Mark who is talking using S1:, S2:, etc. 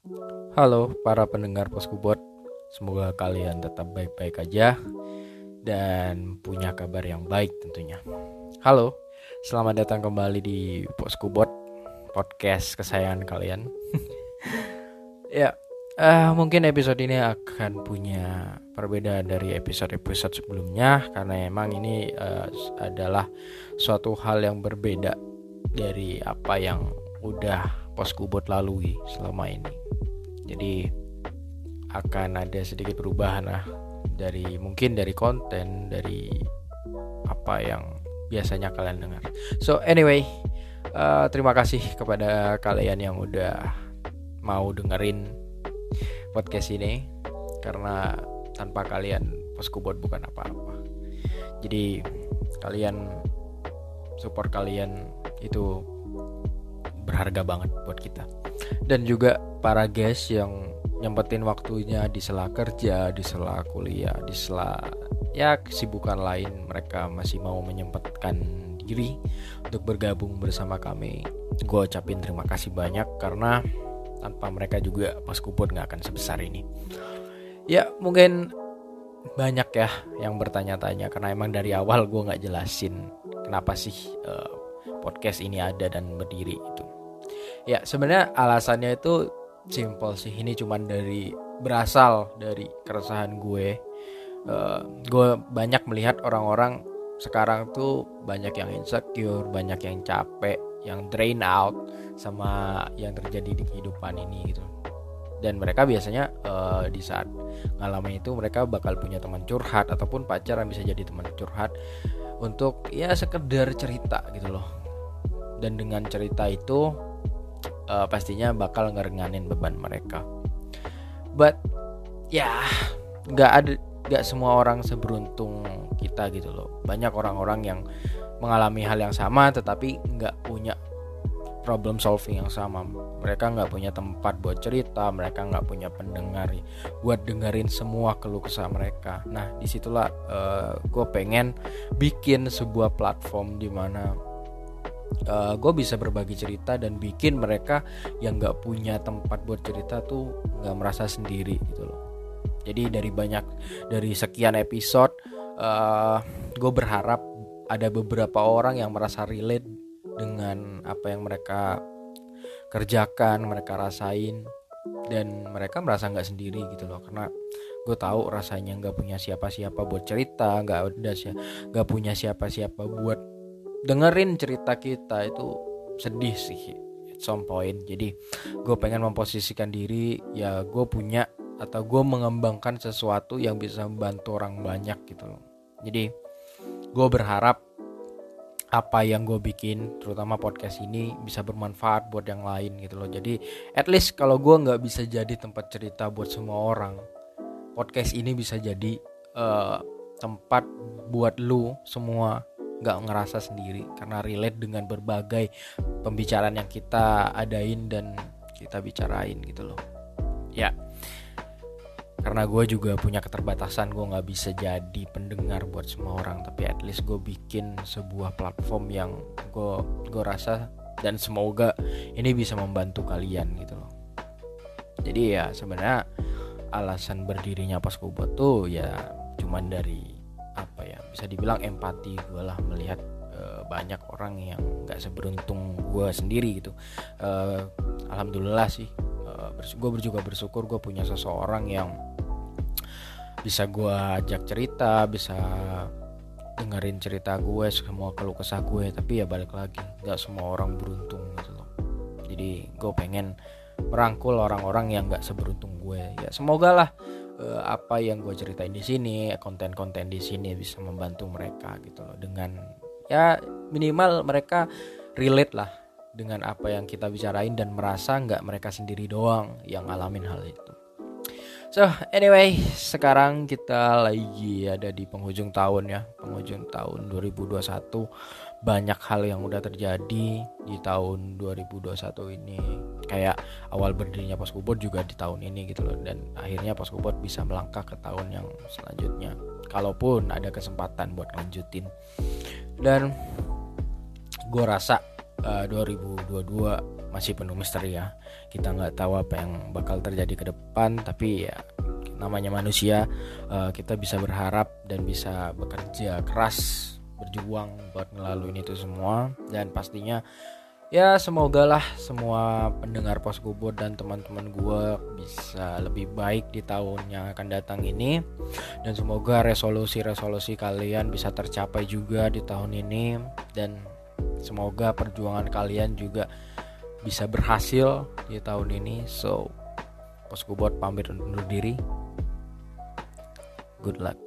S1: Halo para pendengar Poskubot, semoga kalian tetap baik-baik aja dan punya kabar yang baik tentunya. Halo, selamat datang kembali di Poskubot, podcast kesayangan kalian. Ya, mungkin episode ini akan punya perbedaan dari episode-episode sebelumnya karena emang ini adalah suatu hal yang berbeda dari apa yang udah Poskubot lalui selama ini. Jadi akan ada sedikit perubahan mungkin dari konten, dari apa yang biasanya kalian dengar. So anyway, terima kasih kepada kalian yang udah mau dengerin podcast ini, karena tanpa kalian Poskubot bukan apa-apa. Jadi support kalian itu berharga banget buat kita. Dan juga para guys yang nyempetin waktunya di sela kerja, di sela kuliah, di sela kesibukan lain, mereka masih mau menyempatkan diri untuk bergabung bersama kami. Gue ucapin terima kasih banyak, karena tanpa mereka juga Poskubot gak akan sebesar ini. Ya mungkin banyak ya yang bertanya-tanya, karena emang dari awal gue gak jelasin kenapa sih podcast ini ada dan berdiri itu. Ya sebenarnya alasannya itu simple sih. Ini cuman berasal dari keresahan gue. Gue banyak melihat orang-orang sekarang tuh banyak yang insecure, banyak yang capek, yang drain out sama yang terjadi di kehidupan ini gitu. Dan mereka biasanya di saat ngalamin itu mereka bakal punya teman curhat ataupun pacar yang bisa jadi teman curhat untuk ya sekedar cerita gitu loh. Dan dengan cerita itu pastinya bakal ngerenganin beban mereka. But nggak semua orang seberuntung kita gitu loh. Banyak orang-orang yang mengalami hal yang sama tetapi nggak punya problem solving yang sama. Mereka nggak punya tempat buat cerita, mereka nggak punya pendengar buat dengerin semua keluh kesah mereka. Nah disitulah gue pengen bikin sebuah platform di mana gue bisa berbagi cerita dan bikin mereka yang gak punya tempat buat cerita tuh gak merasa sendiri gitu loh. Jadi dari sekian episode gue berharap ada beberapa orang yang merasa relate dengan apa yang mereka kerjakan, mereka rasain, dan mereka merasa gak sendiri gitu loh. Karena gue tahu rasanya gak punya siapa-siapa buat cerita, gak punya siapa-siapa buat dengerin cerita kita, itu sedih sih at some point. Jadi gue pengen memposisikan diri, ya gue punya atau gue mengembangkan sesuatu yang bisa membantu orang banyak gitu loh. Jadi gue berharap apa yang gue bikin, terutama podcast ini, bisa bermanfaat buat yang lain gitu loh. Jadi at least kalau gue gak bisa jadi tempat cerita buat semua orang, podcast ini bisa jadi tempat buat lu semua gak ngerasa sendiri, karena relate dengan berbagai pembicaraan yang kita adain dan kita bicarain gitu loh. Ya karena gue juga punya keterbatasan, gue gak bisa jadi pendengar buat semua orang, tapi at least gue bikin sebuah platform yang gue rasa dan semoga ini bisa membantu kalian gitu loh. Jadi ya sebenarnya alasan berdirinya Poskubot tuh ya cuman dari bisa dibilang empati gue lah, melihat banyak orang yang gak seberuntung gue sendiri gitu. Alhamdulillah sih, gue juga bersyukur gue punya seseorang yang bisa gue ajak cerita, bisa dengerin cerita gue, semua keluh kesah gue. Tapi ya balik lagi, gak semua orang beruntung gitu loh. Jadi gue pengen merangkul orang-orang yang gak seberuntung gue. Ya semoga lah apa yang gue ceritain di sini, konten-konten di sini bisa membantu mereka gitu loh, dengan ya minimal mereka relate lah dengan apa yang kita bicarain dan merasa nggak mereka sendiri doang yang ngalamin hal itu. So anyway, sekarang kita lagi ada di penghujung tahun 2021. Banyak hal yang udah terjadi di tahun 2021 ini. Kayak awal berdirinya Poskubot juga di tahun ini gitu loh. Dan akhirnya Poskubot bisa melangkah ke tahun yang selanjutnya, kalaupun ada kesempatan buat lanjutin. Dan gue rasa 2022 masih penuh misteri ya. Kita nggak tahu apa yang bakal terjadi ke depan, tapi ya namanya manusia, kita bisa berharap dan bisa bekerja keras, berjuang buat ngelaluin itu semua. Dan pastinya ya semoga lah semua pendengar Poskobot dan teman-teman gue bisa lebih baik di tahun yang akan datang ini. Dan semoga resolusi-resolusi kalian bisa tercapai juga di tahun ini. Dan semoga perjuangan kalian juga bisa berhasil di tahun ini. So, Poskobot pamit undur diri. Good luck.